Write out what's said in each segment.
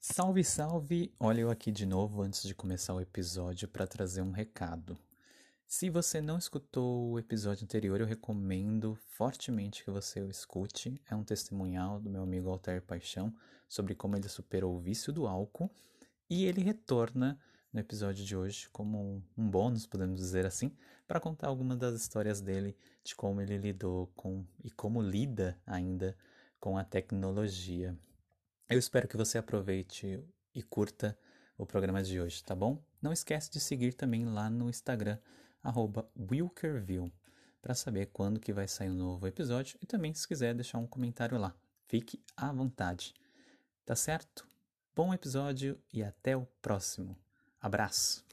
Salve, salve! Olha eu aqui de novo antes de começar o episódio para trazer um recado. Se você não escutou o episódio anterior, eu recomendo fortemente que você o escute. É um testemunhal do meu amigo Altair Paixão sobre como ele superou o vício do álcool e ele retorna no episódio de hoje como um bônus, podemos dizer assim, para contar algumas das histórias dele, de como ele lidou com e como lida ainda com a tecnologia. Eu espero que você aproveite e curta o programa de hoje, tá bom? Não esquece de seguir também lá no Instagram, @wilkerville, para saber quando que vai sair um novo episódio e também se quiser deixar um comentário lá. Fique à vontade. Tá certo? Bom episódio e até o próximo. Abraço!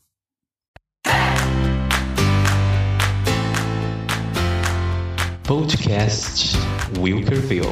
Podcast Wilkerville.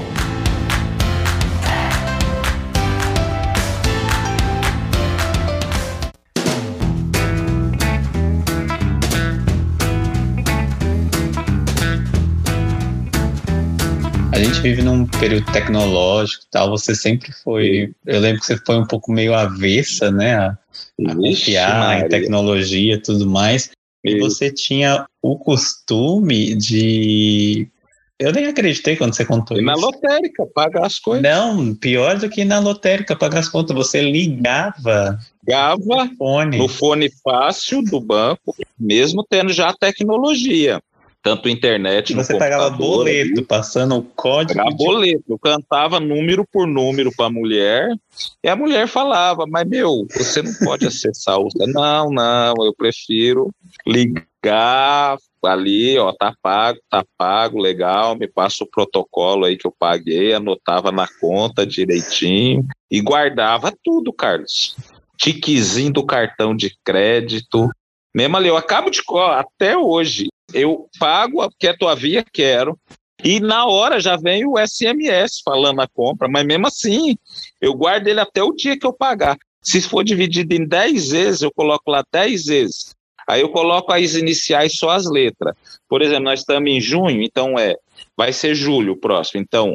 A gente vive num período tecnológico e tal, você sempre foi, eu lembro que você foi um pouco meio avessa, né, a confiar em tecnologia e tudo mais, e você tinha o costume de, eu nem acreditei quando você contou isso. Na lotérica, pagar as coisas. Não, pior do que na lotérica, pagar as contas, você ligava no fone fácil do banco, mesmo tendo já a tecnologia. Tanto internet, você pagava boleto, ali, passando o código. Pagava boleto, eu cantava número por número para a mulher, e a mulher falava, mas você não pode acessar o... Não, eu prefiro ligar ali, ó, tá pago, legal, me passa o protocolo aí que eu paguei, anotava na conta direitinho, e guardava tudo, Carlos. Tiquezinho do cartão de crédito, mesmo ali, eu acabo de... até hoje, eu pago, quer tua via, quero, e na hora já vem o SMS falando a compra, mas mesmo assim, eu guardo ele até o dia que eu pagar. Se for dividido em 10 vezes, eu coloco lá 10 vezes. Aí eu coloco as iniciais, só as letras. Por exemplo, nós estamos em junho, então vai ser julho o próximo. Então,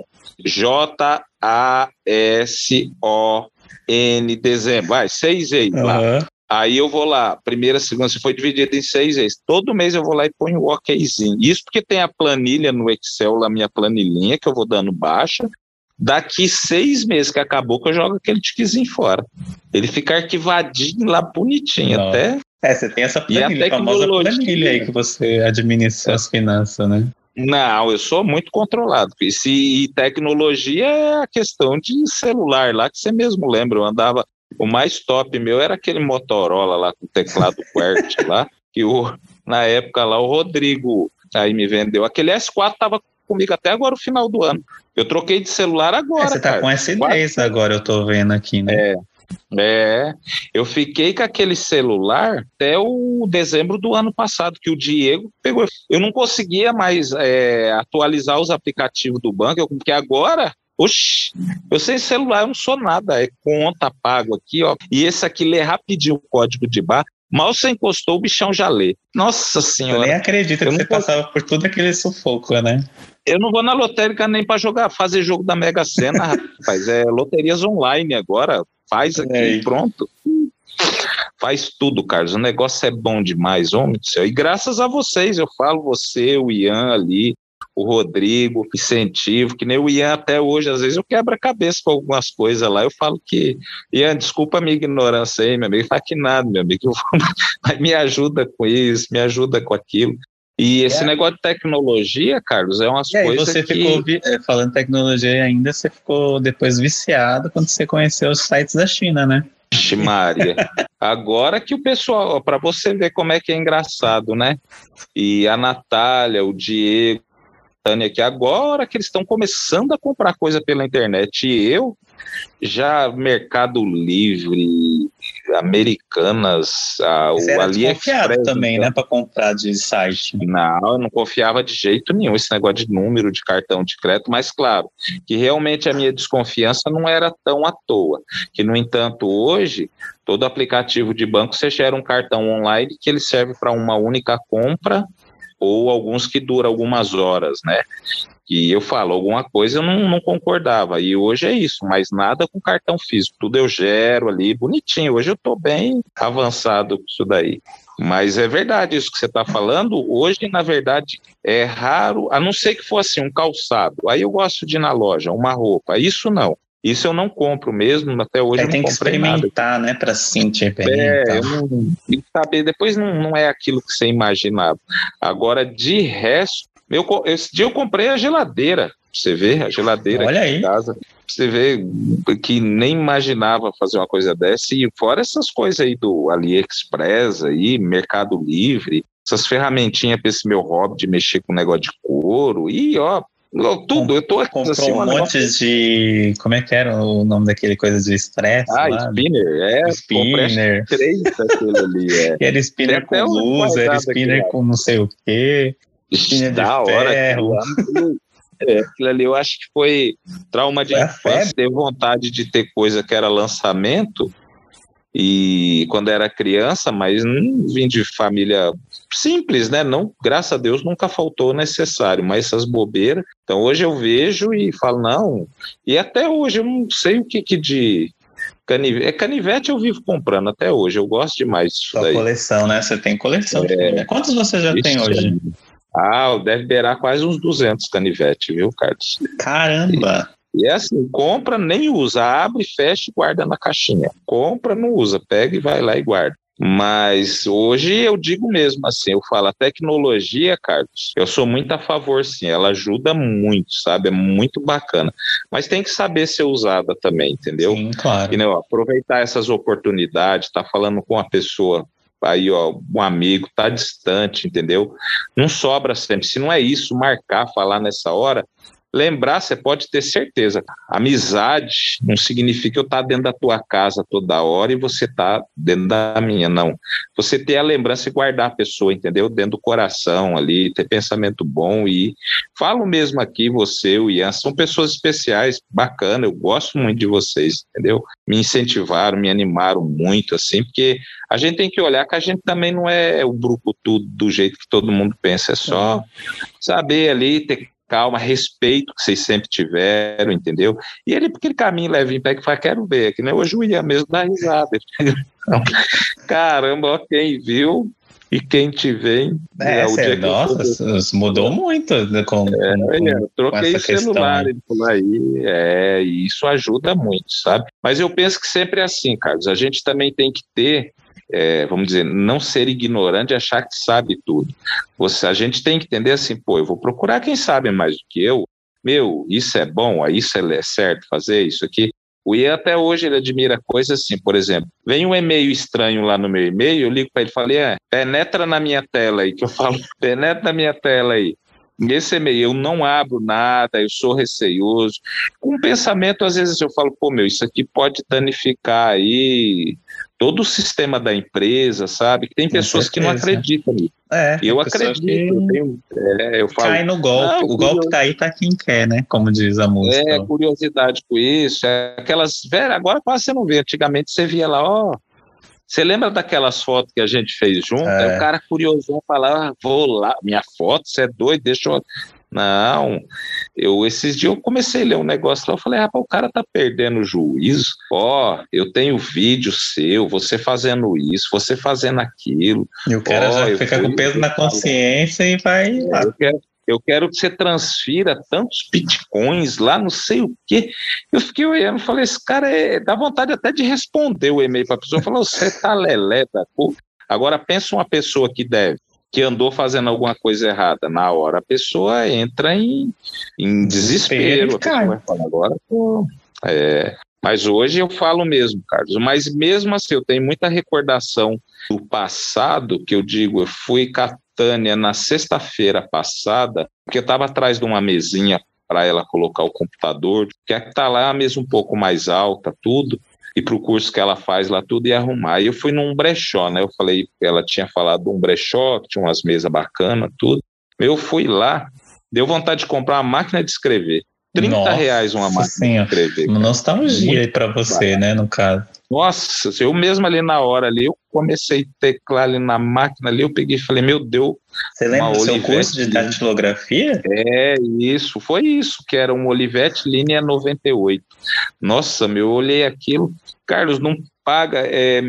JASON, dezembro, vai, 6 vezes lá. Aí eu vou lá, primeira, segunda, se foi dividido em 6 vezes. Todo mês eu vou lá e ponho o okzinho. Isso porque tem a planilha no Excel, a minha planilhinha, que eu vou dando baixa. Daqui 6 meses que acabou, que eu jogo aquele tiquezinho fora. Ele fica arquivadinho lá, bonitinho. Nossa. Até... você tem essa planilha, a famosa planilha aí que você administra as finanças, né? Não, eu sou muito controlado. E tecnologia é a questão de celular lá, que você mesmo lembra, eu andava... O mais top meu era aquele Motorola lá com teclado QWERTY lá, que na época lá o Rodrigo aí me vendeu. Aquele S4 tava comigo até agora o final do ano. Eu troquei de celular agora, você tá, cara, com S10 agora, eu tô vendo aqui, né? Eu fiquei com aquele celular até o dezembro do ano passado, que o Diego pegou. Eu não conseguia mais atualizar os aplicativos do banco, porque agora... Oxi, eu sem celular, eu não sou nada, é conta, pago aqui, ó. E esse aqui lê rapidinho o código de barra. Mal você encostou, o bichão já lê. Nossa senhora. Eu nem acredito que você passava por tudo aquele sufoco, né? Eu não vou na lotérica nem para fazer jogo da Mega Sena, rapaz. É loterias online agora. Faz aqui e pronto. Faz tudo, Carlos. O negócio é bom demais, homem do céu. E graças a vocês, eu falo, você, o Ian ali, o Rodrigo, incentivo, que nem o Ian até hoje, às vezes eu quebro a cabeça com algumas coisas lá, eu falo que, Ian, desculpa a minha ignorância aí, meu amigo, faz que nada, meu amigo, mas me ajuda com isso, me ajuda com aquilo. E esse negócio de tecnologia, Carlos, é umas coisas você que... ficou, falando tecnologia ainda, você ficou depois viciado quando você conheceu os sites da China, né? Vixe Maria, agora que o pessoal, para você ver como é que é engraçado, né? E a Natália, o Diego, que agora que eles estão começando a comprar coisa pela internet, e eu já Mercado Livre, Americanas, o AliExpress também, né, para comprar de site. Não, eu não confiava de jeito nenhum esse negócio de número de cartão de crédito, mas claro, que realmente a minha desconfiança não era tão à toa, que no entanto hoje, todo aplicativo de banco você gera um cartão online que ele serve para uma única compra ou alguns que duram algumas horas, né? Que eu falo, alguma coisa eu não concordava, e hoje é isso, mas nada com cartão físico, tudo eu gero ali, bonitinho, hoje eu estou bem avançado com isso daí. Mas é verdade isso que você está falando, hoje, na verdade, é raro, a não ser que fosse um calçado, aí eu gosto de ir na loja, uma roupa, isso não. Isso eu não compro mesmo, até hoje eu não tem que comprei nada. experimentar, né, para se sentir bem. Eu não, e saber, depois não é aquilo que você imaginava. Agora, de resto, esse dia eu comprei a geladeira, você vê, a geladeira Olha aqui aí. em casa. Você vê que nem imaginava fazer uma coisa dessa, e fora essas coisas aí do AliExpress, aí, Mercado Livre, essas ferramentinhas para esse meu hobby de mexer com negócio de couro, e ó, tudo, eu tô aqui comprou assim, um monte de... Como é que era o nome daquele coisa de estresse lá? Spinner, Spinner. Comprei 3 daquele ali, Era spinner com luz, era spinner com não sei o quê, spinner de ferro. Aquilo ali eu acho que foi trauma de infância, ter vontade de ter coisa que era lançamento, e quando era criança, mas não vim de família simples, né? Não, graças a Deus nunca faltou o necessário, mas essas bobeiras. Então hoje eu vejo e falo, não, e até hoje eu não sei o que de canivete eu vivo comprando até hoje, eu gosto demais disso daí. Coleção, né? Você tem coleção de canivete. Quantos você já tem hoje? Deve beirar quase uns 200 canivete, viu, Carlos? Caramba! E é assim, compra, nem usa, abre, fecha e guarda na caixinha. Compra, não usa, pega e vai lá e guarda. Mas hoje eu digo mesmo assim, eu falo, a tecnologia, Carlos, eu sou muito a favor, sim, ela ajuda muito, sabe? É muito bacana. Mas tem que saber ser usada também, entendeu? Sim, claro. E, né, aproveitar essas oportunidades, tá falando com uma pessoa aí, ó, um amigo, tá distante, entendeu? Não sobra sempre. Se não é isso, marcar, falar nessa hora, lembrar, você pode ter certeza. Amizade não significa eu estar dentro da tua casa toda hora e você estar dentro da minha, não. Você ter a lembrança e guardar a pessoa, entendeu? Dentro do coração ali, ter pensamento bom. E falo mesmo aqui, você, o Ian, são pessoas especiais, bacana, eu gosto muito de vocês, entendeu? Me incentivaram, me animaram muito, assim, porque a gente tem que olhar que a gente também não é o brucutu do jeito que todo mundo pensa, é só saber ali, ter calma, respeito que vocês sempre tiveram, entendeu? E ele, porque ele caminha leva em pé, que fala, quero ver, que nem hoje o Ian mesmo dá risada. Caramba, ó, quem viu e quem te vê. Nossa, mudou muito eu troquei o celular, ele falou aí, e isso ajuda muito, sabe? Mas eu penso que sempre é assim, Carlos, a gente também tem que ter, vamos dizer, não ser ignorante e achar que sabe tudo. A gente tem que entender assim, eu vou procurar quem sabe mais do que eu. Isso é bom, isso é certo fazer, isso aqui. O Ian até hoje ele admira coisas assim, por exemplo, vem um e-mail estranho lá no meu e-mail, eu ligo para ele e falo, penetra na minha tela aí, que eu falo, penetra na minha tela aí. Nesse e-mail eu não abro nada, eu sou receioso. Com pensamento, às vezes eu falo, isso aqui pode danificar aí todo o sistema da empresa, sabe? Tem pessoas que não acreditam nisso. Eu acredito. Eu falo, cai no golpe. O golpe tá aí, tá quem quer, né? Como diz a música. Curiosidade com isso. Aquelas... agora quase você não vê. Antigamente você via lá, você lembra daquelas fotos que a gente fez junto? Aí o cara curiosão falava, vou lá, minha foto, você é doido, deixa eu... Não, esses dias eu comecei a ler um negócio lá, eu falei, rapaz, o cara tá perdendo o juízo, eu tenho vídeo seu, você fazendo isso, você fazendo aquilo. E o cara já fica com peso na consciência e vai lá. Eu quero que você transfira tantos bitcoins lá, não sei o quê. Eu fiquei olhando, falei, esse cara dá vontade até de responder o e-mail para a pessoa, falou, você tá lelé da cor. Agora pensa uma pessoa que andou fazendo alguma coisa errada, na hora a pessoa entra em desespero. A pessoa vai falar, agora mas hoje eu falo mesmo, Carlos, mas mesmo assim eu tenho muita recordação do passado, que eu digo, eu fui Tânia na sexta-feira passada, porque eu estava atrás de uma mesinha para ela colocar o computador, que está lá a mesa um pouco mais alta, tudo, e para o curso que ela faz lá, tudo ia arrumar. E eu fui num brechó, né? Eu falei, ela tinha falado de um brechó, que tinha umas mesas bacanas, tudo. Eu fui lá, deu vontade de comprar uma máquina de escrever. R$30 uma máquina de escrever. Uma nostalgia aí para você, né, no caso. Nossa, eu mesmo ali na hora ali, eu comecei a teclar ali na máquina ali, eu peguei e falei, meu Deus. Você lembra do seu curso de datilografia? Isso, foi isso, que era um Olivetti linha 98. Nossa, eu olhei aquilo, Carlos, não paga,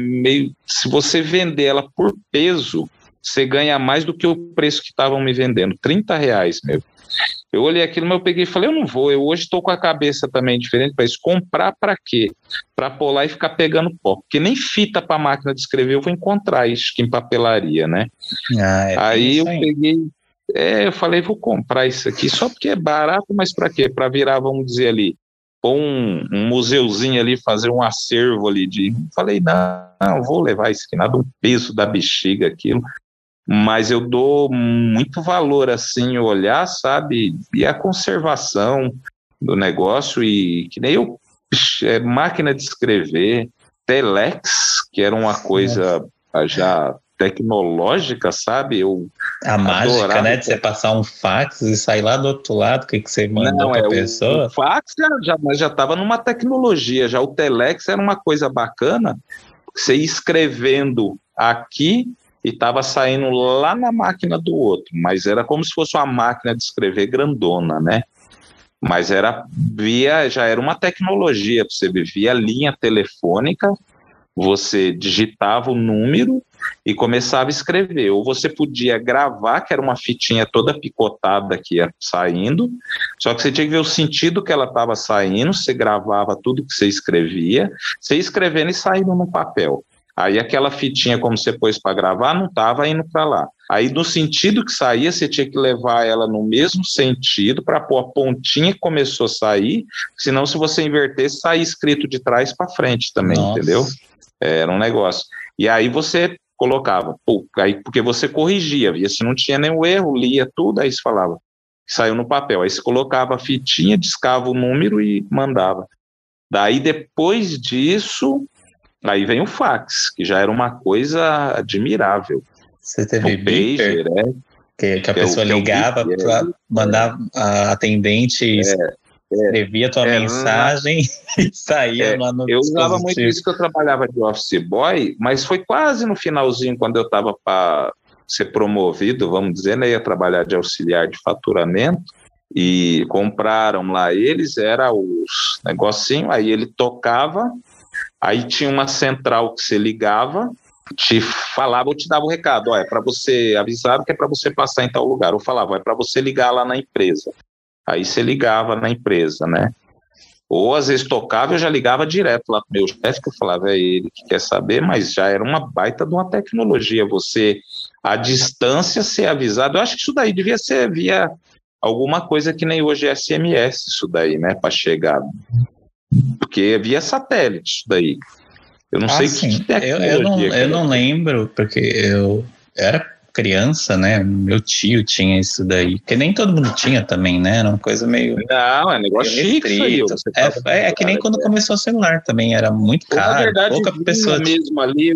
se você vender ela por peso, você ganha mais do que o preço que estavam me vendendo, R$30, meu. Eu olhei aquilo, mas eu peguei e falei, eu não vou, eu hoje estou com a cabeça também diferente para isso. Comprar para quê? Para pôr lá e ficar pegando pó. Porque nem fita para máquina de escrever eu vou encontrar isso em papelaria, né? Aí eu peguei, eu falei, vou comprar isso aqui, só porque é barato, mas para quê? Para virar, vamos dizer ali, pôr um museuzinho ali, fazer um acervo ali de... Falei, não, vou levar isso aqui, nada, um peso da bexiga, aquilo. Mas eu dou muito valor, assim, olhar, sabe, e a conservação do negócio, e que nem eu, máquina de escrever, telex, que era uma coisa já tecnológica, sabe, a mágica, né, de você passar um fax e sair lá do outro lado, o que você mandou para a pessoa? O fax já estava numa tecnologia, já o telex era uma coisa bacana, você ia escrevendo aqui, e estava saindo lá na máquina do outro, mas era como se fosse uma máquina de escrever grandona, né? Mas já era uma tecnologia, você via linha telefônica, você digitava o número e começava a escrever, ou você podia gravar, que era uma fitinha toda picotada que ia saindo, só que você tinha que ver o sentido que ela estava saindo, você gravava tudo que você escrevia, você ia escrevendo e saindo no papel. Aí aquela fitinha, como você pôs para gravar, não estava indo para lá. Aí no sentido que saía, você tinha que levar ela no mesmo sentido para pôr a pontinha que começou a sair, senão se você invertesse, saía escrito de trás para frente também, Nossa. Entendeu? Era um negócio. E aí você colocava, porque você corrigia, via se não tinha nenhum erro, lia tudo, aí você falava, saiu no papel. Aí você colocava a fitinha, discava o número e mandava. Daí depois disso... Aí vem o fax, que já era uma coisa admirável. Você teve beeper, que a pessoa ligava para mandar a atendente, escrevia a tua mensagem e saía lá no Eu usava muito isso que eu trabalhava de office boy, mas foi quase no finalzinho, quando eu estava para ser promovido, vamos dizer, né, ia trabalhar de auxiliar de faturamento, e compraram lá eles, era os negocinho, aí ele tocava, aí tinha uma central que você ligava, te falava ou te dava o recado, é para você, avisado que é para você passar em tal lugar, ou falava, é para você ligar lá na empresa. Aí você ligava na empresa, né? Ou às vezes tocava, eu já ligava direto lá pro meu chefe, que eu falava, é ele que quer saber, mas já era uma baita de uma tecnologia, você, à distância, ser avisado. Eu acho que isso daí devia ser via alguma coisa que nem hoje é SMS, isso daí, né, para chegar, porque via satélite, isso daí. Eu não sei que tecnologia. Eu não lembro, porque eu era criança, né? Meu tio tinha isso daí, porque nem todo mundo tinha também, né? Era uma coisa meio... Não, é negócio chique isso aí. É que nem quando começou o celular também, era muito caro. Na verdade, pouca pessoa mesmo ali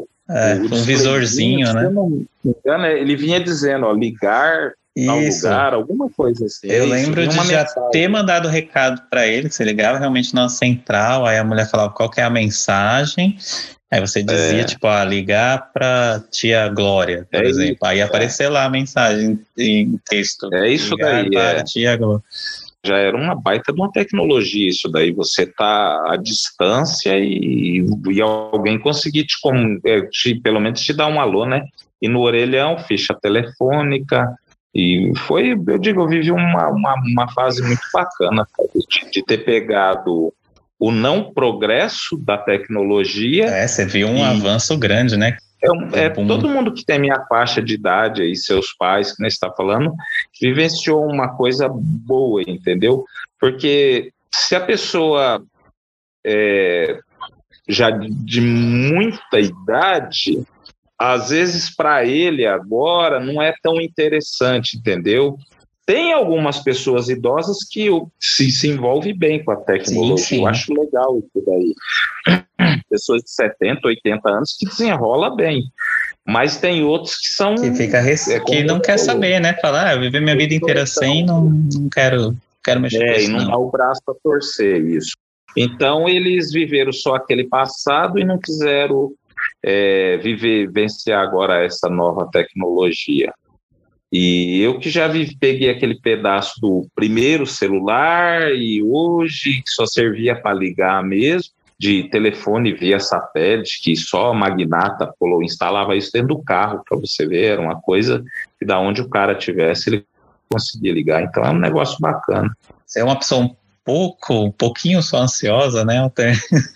um visorzinho, né? Se eu não me engano, ele vinha dizendo, ó, ligar tal lugar, alguma coisa assim. Eu lembro de já ter mandado recado para ele, que você ligava realmente na central, aí a mulher falava qual que é a mensagem, aí você dizia, tipo, ligar para tia Glória, por exemplo. Aí aparecer lá a mensagem em texto. É isso daí, para tia Glória. Já era uma baita de uma tecnologia isso daí, você tá à distância e alguém conseguir pelo menos te dar um alô, né? E no orelhão, ficha telefônica. E foi, eu digo, eu vivi uma fase muito bacana de ter pegado o não progresso da tecnologia. Você viu um avanço grande, né? Todo mundo que tem minha faixa de idade aí, seus pais, que nem está falando, vivenciou uma coisa boa, entendeu? Porque se a pessoa já de muita idade, às vezes para ele agora não é tão interessante, entendeu? Tem algumas pessoas idosas que se envolvem bem com a tecnologia. Sim. Eu acho legal isso daí. Pessoas de 70, 80 anos que desenrola bem. Mas tem outros que são... Que fica que não quer saber, né? Falar, eu vivi minha vida inteira sem, não quero mexer com isso, e não dá o braço para torcer isso. Então, eles viveram só aquele passado e não quiseram vivenciar agora essa nova tecnologia. E eu que já peguei aquele pedaço do primeiro celular e hoje que só servia para ligar mesmo, de telefone via satélite, que só a magnata instalava isso dentro do carro, para você ver, era uma coisa que da onde o cara tivesse, ele conseguia ligar. Então é um negócio bacana. Você é uma pessoa um pouquinho só ansiosa, né? Até.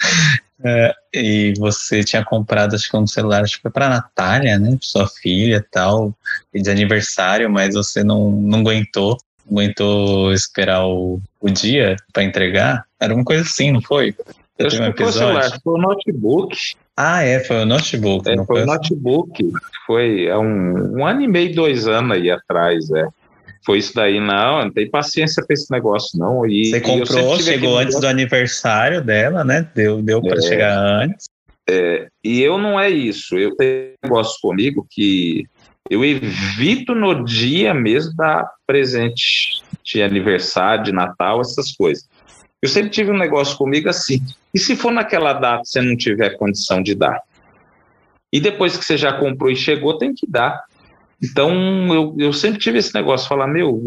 E você tinha comprado, acho que um celular, acho que foi para a Natália, né? Sua filha e tal, de aniversário, mas você não aguentou esperar o dia para entregar? Era uma coisa assim, não foi? Eu acho que foi o celular, foi o notebook. Foi o notebook. Não foi o notebook. Foi há um ano e meio, 2 anos aí atrás, Foi isso daí, não tem paciência para esse negócio, não. Você comprou, chegou antes do aniversário dela, né? Deu para chegar antes. E eu não é isso. Eu tenho um negócio comigo que eu evito no dia mesmo dar presente de aniversário, de Natal, essas coisas. Eu sempre tive um negócio comigo assim. E se for naquela data você não tiver condição de dar? E depois que você já comprou e chegou, tem que dar. Então, eu sempre tive esse negócio, falar,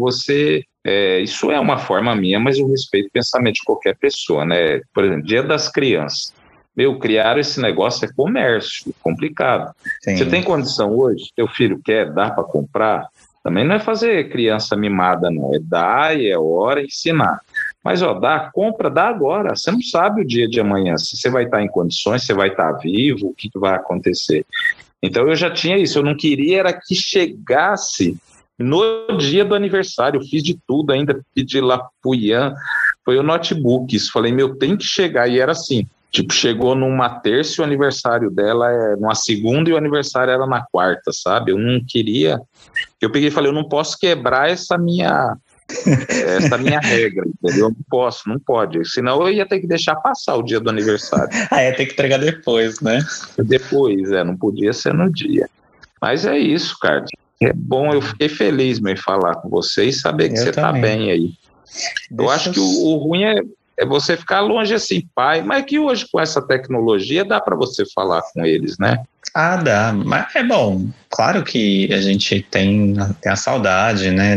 isso é uma forma minha, mas eu respeito o pensamento de qualquer pessoa, né? Por exemplo, Dia das Crianças. Criaram esse negócio, é comércio, complicado. Sim. Você tem condição hoje? Teu filho quer dar para comprar? Também não é fazer criança mimada, não. É dar e é hora de ensinar. Mas, compra, dá agora. Você não sabe o dia de amanhã, se você vai estar em condições, se você vai estar vivo, o que vai acontecer. Então, eu já tinha isso. Eu não queria era que chegasse no dia do aniversário. Eu fiz de tudo, ainda pedi lá pro Ian. Foi o notebook. Isso. Falei, tem que chegar. E era assim, chegou numa terça e o aniversário dela é numa segunda e o aniversário era na quarta, sabe? Eu não queria... Eu peguei e falei, eu não posso quebrar essa minha regra, entendeu? Não pode, senão eu ia ter que deixar passar o dia do aniversário. Ia ter que entregar depois, né? Depois, não podia ser no dia. Mas é isso, cara. É bom, eu fiquei feliz em falar com você e saber que você tá bem aí. Eu acho que o ruim é você ficar longe assim, pai, mas que hoje com essa tecnologia dá para você falar com eles, né? Dá, mas é bom. Claro que a gente tem a saudade, né,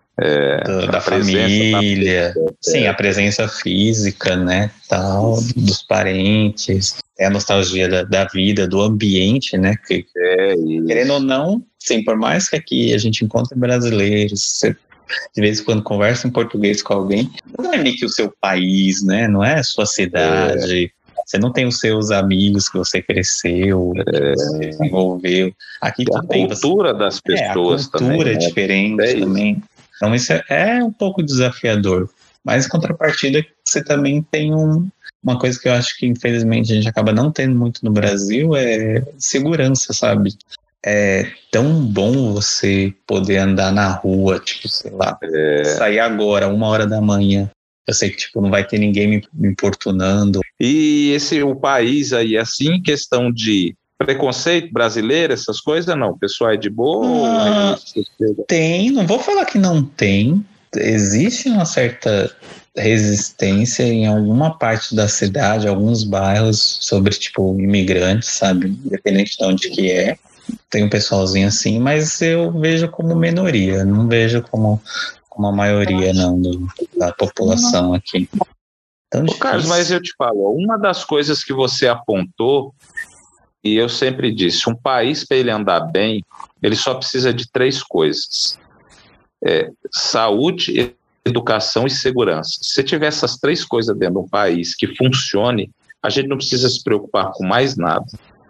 da família, sim, a presença física, né, tal, dos parentes, a nostalgia da vida, do ambiente, né, que querendo ou não, sim, por mais que aqui a gente encontre brasileiros, você de vez em quando conversa em português com alguém, não é meio que o seu país, né, não é a sua cidade, você não tem os seus amigos que você cresceu, que você desenvolveu. Aqui a cultura das pessoas também. A cultura é diferente também. Então isso é um pouco desafiador. Mas em contrapartida, você também tem uma coisa que eu acho que infelizmente a gente acaba não tendo muito no Brasil, é segurança, sabe? É tão bom você poder andar na rua, sei lá, sair agora, 1h da manhã. Eu sei que não vai ter ninguém me importunando. E o país aí, assim, questão de preconceito brasileiro, essas coisas, não? O pessoal é de boa? Tem, não vou falar que não tem. Existe uma certa resistência em alguma parte da cidade, alguns bairros, sobre, imigrantes, sabe? Independente de onde que é. Tem um pessoalzinho assim, mas eu vejo como minoria, não vejo como a maioria, não, da população aqui. Então, Carlos, mas eu te falo, uma das coisas que você apontou, e eu sempre disse, um país, para ele andar bem, ele só precisa de 3 coisas. Saúde, educação e segurança. Se você tiver essas 3 coisas dentro de um país que funcione, a gente não precisa se preocupar com mais nada.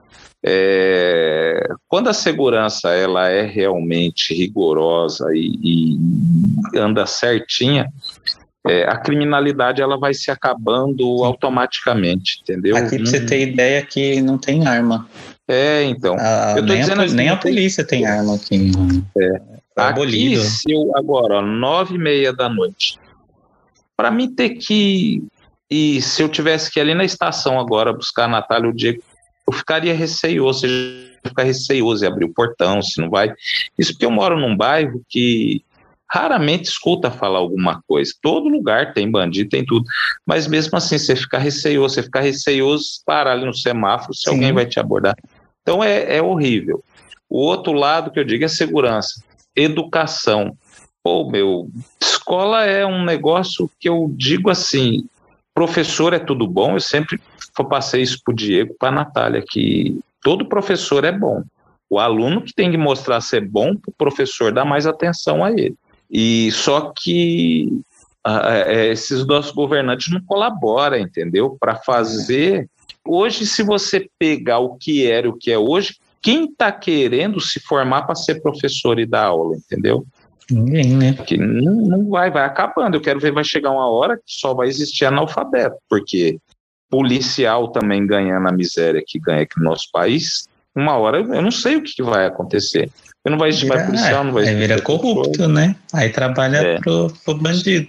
Quando a segurança ela é realmente rigorosa e anda certinha, a criminalidade ela vai se acabando automaticamente, entendeu? Aqui, pra você ter ideia, que não tem arma. Então. Eu tô dizendo assim, nem a polícia tem arma aqui. Aqui, agora, 9h30 da noite. Para mim ter que... E se eu tivesse que ir ali na estação agora buscar a Natália o dia... Eu ficaria receioso, ficar receoso em abrir o portão, se não vai. Isso porque eu moro num bairro que raramente escuta falar alguma coisa. Todo lugar tem bandido, tem tudo. Mas mesmo assim, você fica receoso parar ali no semáforo se alguém vai te abordar. Então é horrível. O outro lado que eu digo é segurança, educação. Pô, escola é um negócio que eu digo assim, professor é tudo bom, eu sempre passei isso para o Diego, para a Natália, que todo professor é bom. O aluno que tem que mostrar ser bom, o professor dá mais atenção a ele. E só que esses nossos governantes não colaboram, entendeu? Para fazer... Hoje, se você pegar o que era e o que é hoje, quem está querendo se formar para ser professor e dar aula, entendeu? Ninguém, né? Que não vai acabando. Eu quero ver, vai chegar uma hora que só vai existir analfabeto, porque policial também ganhando a miséria que ganha aqui no nosso país, uma hora eu não sei o que vai acontecer. Não vai existir mais policial, não vai existir. Aí vira corrupto, né? Aí trabalha pro bandido.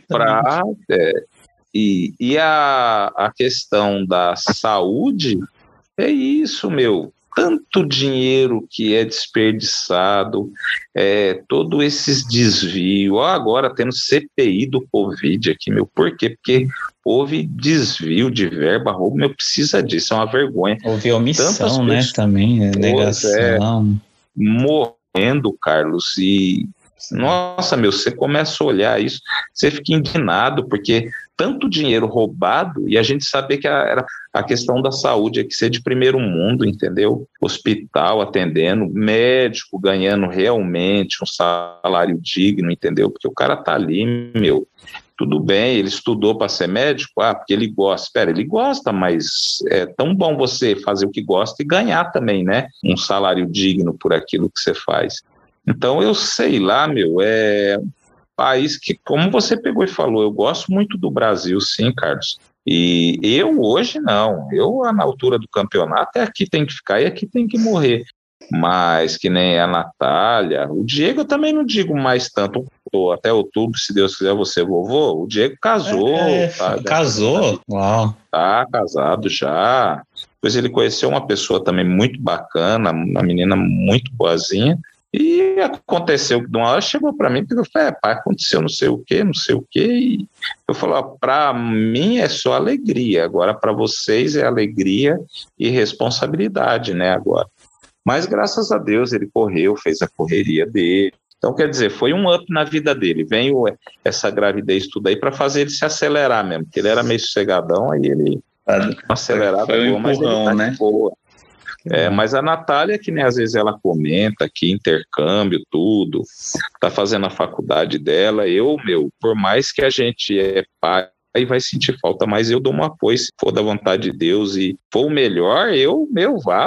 E a questão da saúde é isso, tanto dinheiro que é desperdiçado, todos esses desvios. Agora tendo CPI do Covid aqui, por quê? Porque houve desvio de verba, precisa disso, é uma vergonha. Houve omissão, né, também, negação. Morrendo, Carlos, e nossa, você começa a olhar isso, você fica indignado, porque tanto dinheiro roubado, e a gente saber que era a questão da saúde é que ser de primeiro mundo, entendeu? Hospital atendendo, médico ganhando realmente um salário digno, entendeu? Porque o cara tá ali, tudo bem, ele estudou para ser médico, porque ele gosta. Espera, ele gosta, mas é tão bom você fazer o que gosta e ganhar também, né? Um salário digno por aquilo que você faz. Então, eu sei lá, é um país que, como você pegou e falou, eu gosto muito do Brasil, sim, Carlos. E eu hoje não, na altura do campeonato aqui tem que ficar e aqui tem que morrer. Mas que nem a Natália, o Diego eu também não digo mais tanto, até outubro, se Deus quiser, você vovô, o Diego casou. Casou? Uau. Tá casado já. Depois ele conheceu uma pessoa também muito bacana, uma menina muito boazinha, e aconteceu que de uma hora chegou para mim e falou, pai, aconteceu não sei o quê, e eu falei, para mim é só alegria, agora para vocês é alegria e responsabilidade, né, agora. Mas graças a Deus ele correu, fez a correria dele. Então, quer dizer, foi um up na vida dele. Veio essa gravidez tudo aí para fazer ele se acelerar mesmo, porque ele era meio sossegadão, aí ele acelerava. Foi um empurrão, né? Boa. Mas a Natália, que nem às vezes ela comenta aqui, intercâmbio, tudo, tá fazendo a faculdade dela. Por mais que a gente é pai, aí vai sentir falta, mas eu dou um apoio, se for da vontade de Deus e for o melhor, vá,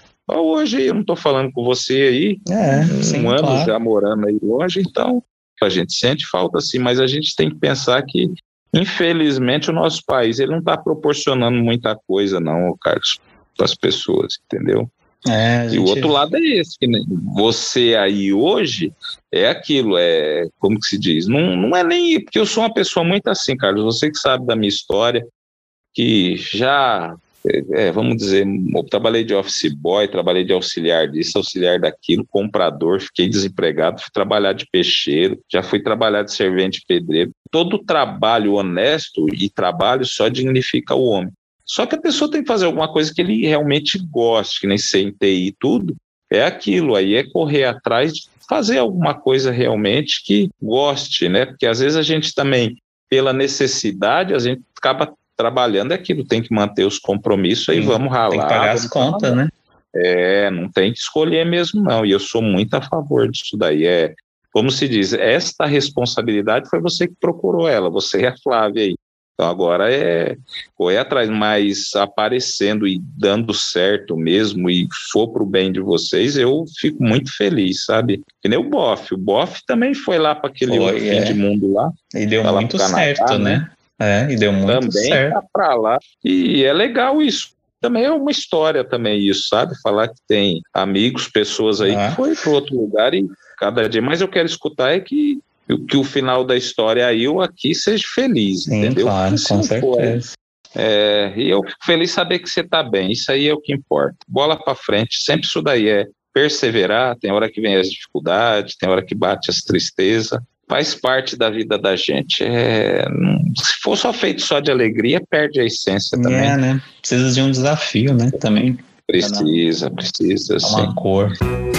Hoje eu não estou falando com você aí, um ano claro. Já morando aí longe, então a gente sente falta sim, mas a gente tem que pensar que, infelizmente, o nosso país ele não está proporcionando muita coisa não, Carlos, para as pessoas, entendeu? E o outro lado é esse, que você aí hoje é aquilo, como que se diz, não é nem, porque eu sou uma pessoa muito assim, Carlos, você que sabe da minha história, que já... vamos dizer, eu trabalhei de office boy, trabalhei de auxiliar disso, auxiliar daquilo, comprador, fiquei desempregado, fui trabalhar de peixeiro, já fui trabalhar de servente pedreiro. Todo trabalho honesto e trabalho só dignifica o homem. Só que a pessoa tem que fazer alguma coisa que ele realmente goste, que nem ser em TI e tudo, é aquilo, aí é correr atrás de fazer alguma coisa realmente que goste, né? Porque às vezes a gente também, pela necessidade, a gente acaba trabalhando aquilo, tem que manter os compromissos, aí vamos ralar. Tem que pagar as contas, né? Não tem que escolher mesmo, não. E eu sou muito a favor disso daí. Como se diz, esta responsabilidade foi você que procurou ela, você e a Flávia aí. Então agora correr atrás, mas aparecendo e dando certo mesmo e for para o bem de vocês, eu fico muito feliz, sabe? Que nem o Boff também foi lá para aquele outro fim de mundo lá. E deu muito certo, né? E deu muito também certo. Tá para lá. E é legal isso. Também é uma história também isso, sabe? Falar que tem amigos, pessoas aí que foi para outro lugar e cada dia. Mas eu quero escutar que o final da história aí eu aqui seja feliz, sim, entendeu? Claro, com certeza. E eu fico feliz saber que você está bem. Isso aí é o que importa. Bola para frente. Sempre isso daí é perseverar. Tem hora que vem as dificuldades, tem hora que bate as tristezas. faz parte da vida da gente. Se for só feito só de alegria, perde a essência também. Né? Precisa de um desafio, né? Também. Precisa, sim. Uma cor.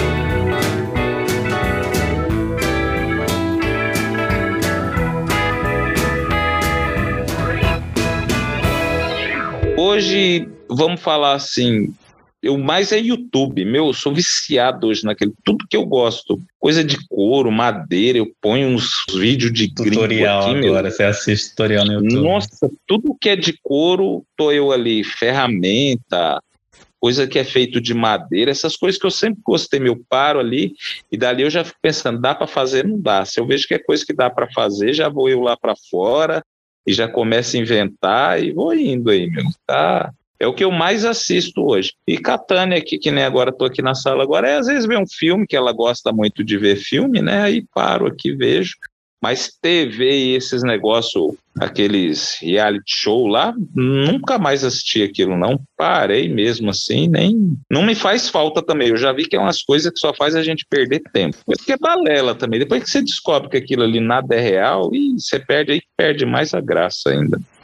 Hoje, vamos falar assim, mais é YouTube, eu sou viciado hoje naquele, tudo que eu gosto, coisa de couro, madeira, eu ponho uns vídeos de tutorial gringo aqui, agora, você assiste tutorial no YouTube. Nossa, tudo que é de couro, tô eu ali, ferramenta, coisa que é feito de madeira, essas coisas que eu sempre gostei, eu paro ali, e dali eu já fico pensando, dá para fazer? Não dá, se eu vejo que é coisa que dá para fazer, já vou eu lá para fora, e já começo a inventar e vou indo aí, tá? É o que eu mais assisto hoje. E com a Tânia aqui, que nem agora estou aqui na sala agora, às vezes vê um filme, que ela gosta muito de ver filme, né? Aí paro aqui, vejo. Mas TV e esses negócios, aqueles reality show lá, nunca mais assisti aquilo, não. Parei mesmo assim, não me faz falta também. Eu já vi que é umas coisas que só faz a gente perder tempo. Porque é balela também. Depois que você descobre que aquilo ali nada é real, e você perde mais a graça ainda.